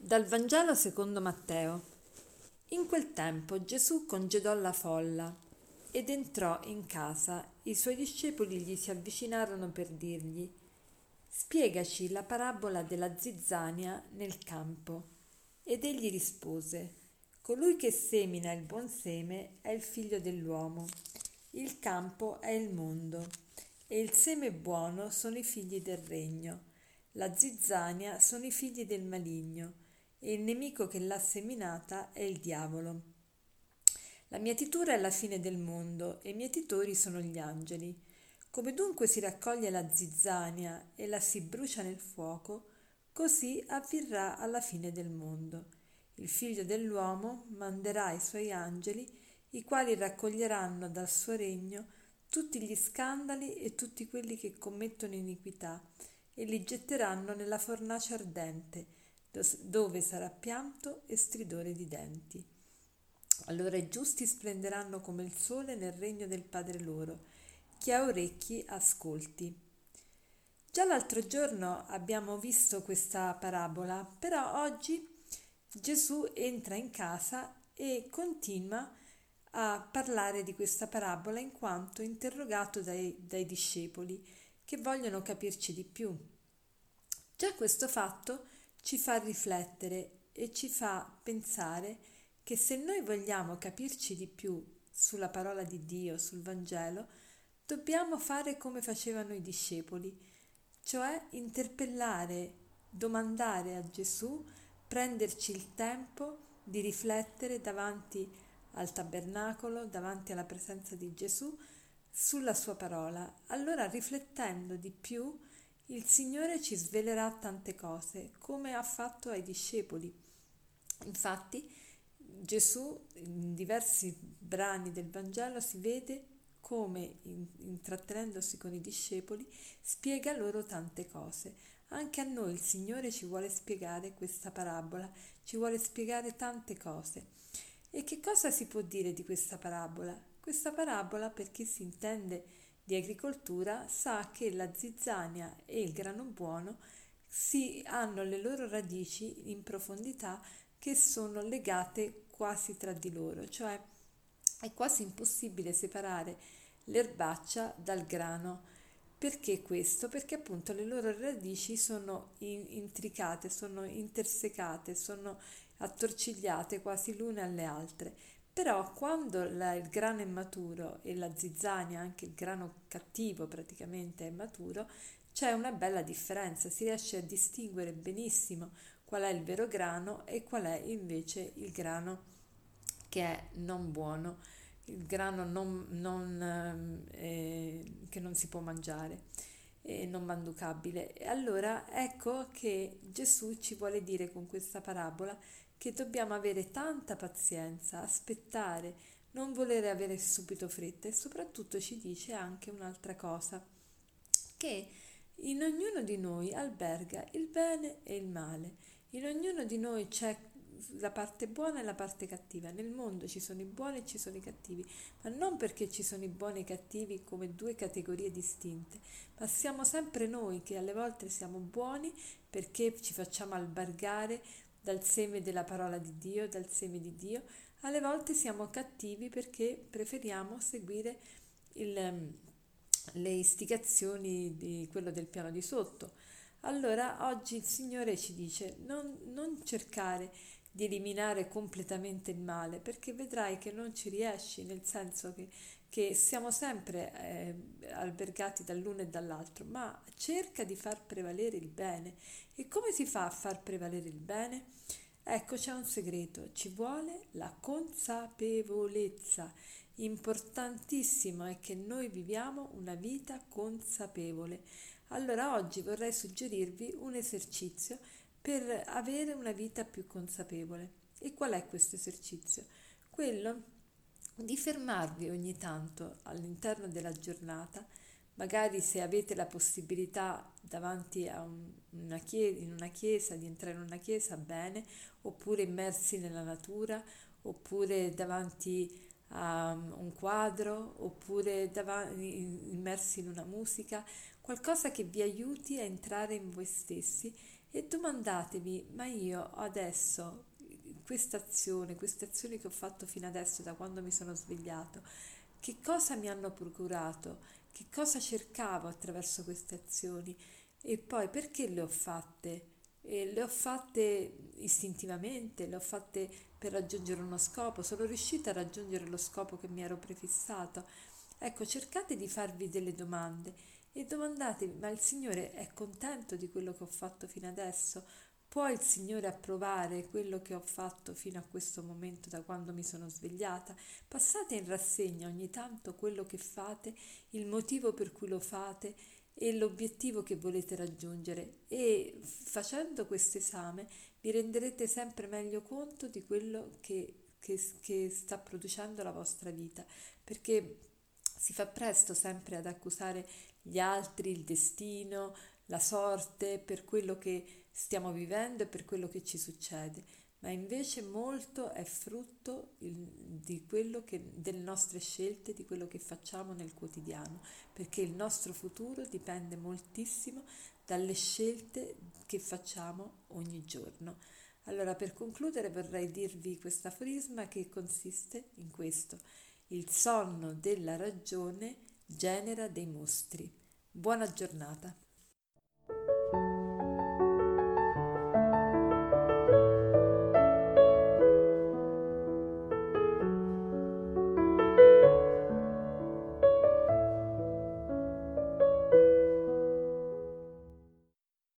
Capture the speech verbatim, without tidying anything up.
Dal Vangelo secondo Matteo. In quel tempo Gesù congedò la folla ed entrò in casa. I suoi discepoli gli si avvicinarono per dirgli: «Spiegaci la parabola della zizzania nel campo». Ed egli rispose: «Colui che semina il buon seme è il figlio dell'uomo. Il campo è il mondo, e il seme buono sono i figli del regno. La zizzania sono i figli del maligno, e il nemico che l'ha seminata è il diavolo. La mietitura è la fine del mondo, e i mietitori sono gli angeli. Come dunque si raccoglie la zizzania e la si brucia nel fuoco, così avverrà alla fine del mondo. Il figlio dell'uomo manderà i suoi angeli, i quali raccoglieranno dal suo regno tutti gli scandali e tutti quelli che commettono iniquità, e li getteranno nella fornace ardente, dove sarà pianto e stridore di denti. Allora i giusti splenderanno come il sole nel regno del Padre loro. Chi ha orecchi ascolti». Già l'altro giorno abbiamo visto questa parabola, però oggi Gesù entra in casa e continua a parlare di questa parabola in quanto interrogato dai, dai discepoli che vogliono capirci di più. Già questo fatto ci fa riflettere e ci fa pensare che se noi vogliamo capirci di più sulla parola di Dio, sul Vangelo, dobbiamo fare come facevano i discepoli, cioè interpellare, domandare a Gesù, prenderci il tempo di riflettere davanti al tabernacolo, davanti alla presenza di Gesù, sulla sua parola. Allora, riflettendo di più, il Signore ci svelerà tante cose, come ha fatto ai discepoli. Infatti, Gesù, in diversi brani del Vangelo, si vede come, intrattenendosi con i discepoli, spiega loro tante cose. Anche a noi il Signore ci vuole spiegare questa parabola, ci vuole spiegare tante cose. E che cosa si può dire di questa parabola? Questa parabola, per chi si intende di agricoltura, sa che la zizzania e il grano buono si hanno le loro radici in profondità che sono legate quasi tra di loro, cioè è quasi impossibile separare l'erbaccia dal grano. Perché questo? Perché appunto le loro radici sono in- intricate, sono intersecate, sono attorcigliate quasi l'une alle altre. Però quando la- il grano è maturo e la zizzania, anche il grano cattivo praticamente è maturo, c'è una bella differenza, si riesce a distinguere benissimo qual è il vero grano e qual è invece il grano che è non buono, il grano non, non, ehm, eh, che non si può mangiare e non manducabile. E allora ecco che Gesù ci vuole dire con questa parabola che dobbiamo avere tanta pazienza, aspettare, non volere avere subito fretta, e soprattutto ci dice anche un'altra cosa, che in ognuno di noi alberga il bene e il male, in ognuno di noi c'è la parte buona e la parte cattiva. Nel mondo ci sono i buoni e ci sono i cattivi, ma non perché ci sono i buoni e i cattivi come due categorie distinte, ma siamo sempre noi che alle volte siamo buoni perché ci facciamo albergare dal seme della parola di Dio, dal seme di Dio. Alle volte siamo cattivi perché preferiamo seguire il, le istigazioni di quello del piano di sotto. Allora oggi il Signore ci dice non, non cercare di eliminare completamente il male, perché vedrai che non ci riesci, nel senso che, che siamo sempre eh, albergati dall'uno e dall'altro, ma cerca di far prevalere il bene. E come si fa a far prevalere il bene? Ecco, c'è un segreto, ci vuole la consapevolezza. Importantissimo è che noi viviamo una vita consapevole. Allora oggi vorrei suggerirvi un esercizio per avere una vita più consapevole. E qual è questo esercizio? Quello di fermarvi ogni tanto all'interno della giornata, magari se avete la possibilità davanti a un- una chiesa, in una chiesa, di entrare in una chiesa, bene, oppure immersi nella natura, oppure davanti a un quadro, oppure davanti, immersi in una musica, qualcosa che vi aiuti a entrare in voi stessi e domandatevi: ma io adesso, questa azione, queste azioni che ho fatto fino adesso, da quando mi sono svegliato, che cosa mi hanno procurato, che cosa cercavo attraverso queste azioni e poi perché le ho fatte? E le ho fatte istintivamente, le ho fatte per raggiungere uno scopo, sono riuscita a raggiungere lo scopo che mi ero prefissato. Ecco, cercate di farvi delle domande e domandatevi: ma il Signore è contento di quello che ho fatto fino adesso? Può il Signore approvare quello che ho fatto fino a questo momento, da quando mi sono svegliata? Passate in rassegna ogni tanto quello che fate, il motivo per cui lo fate e l'obiettivo che volete raggiungere, e facendo questo esame vi renderete sempre meglio conto di quello che, che, che sta producendo la vostra vita, perché si fa presto sempre ad accusare gli altri, il destino, la sorte per quello che stiamo vivendo e per quello che ci succede, ma invece molto è frutto il- di quello che, delle nostre scelte, di quello che facciamo nel quotidiano, perché il nostro futuro dipende moltissimo dalle scelte che facciamo ogni giorno. Allora, per concludere, vorrei dirvi questo aforisma che consiste in questo: il sonno della ragione genera dei mostri. Buona giornata.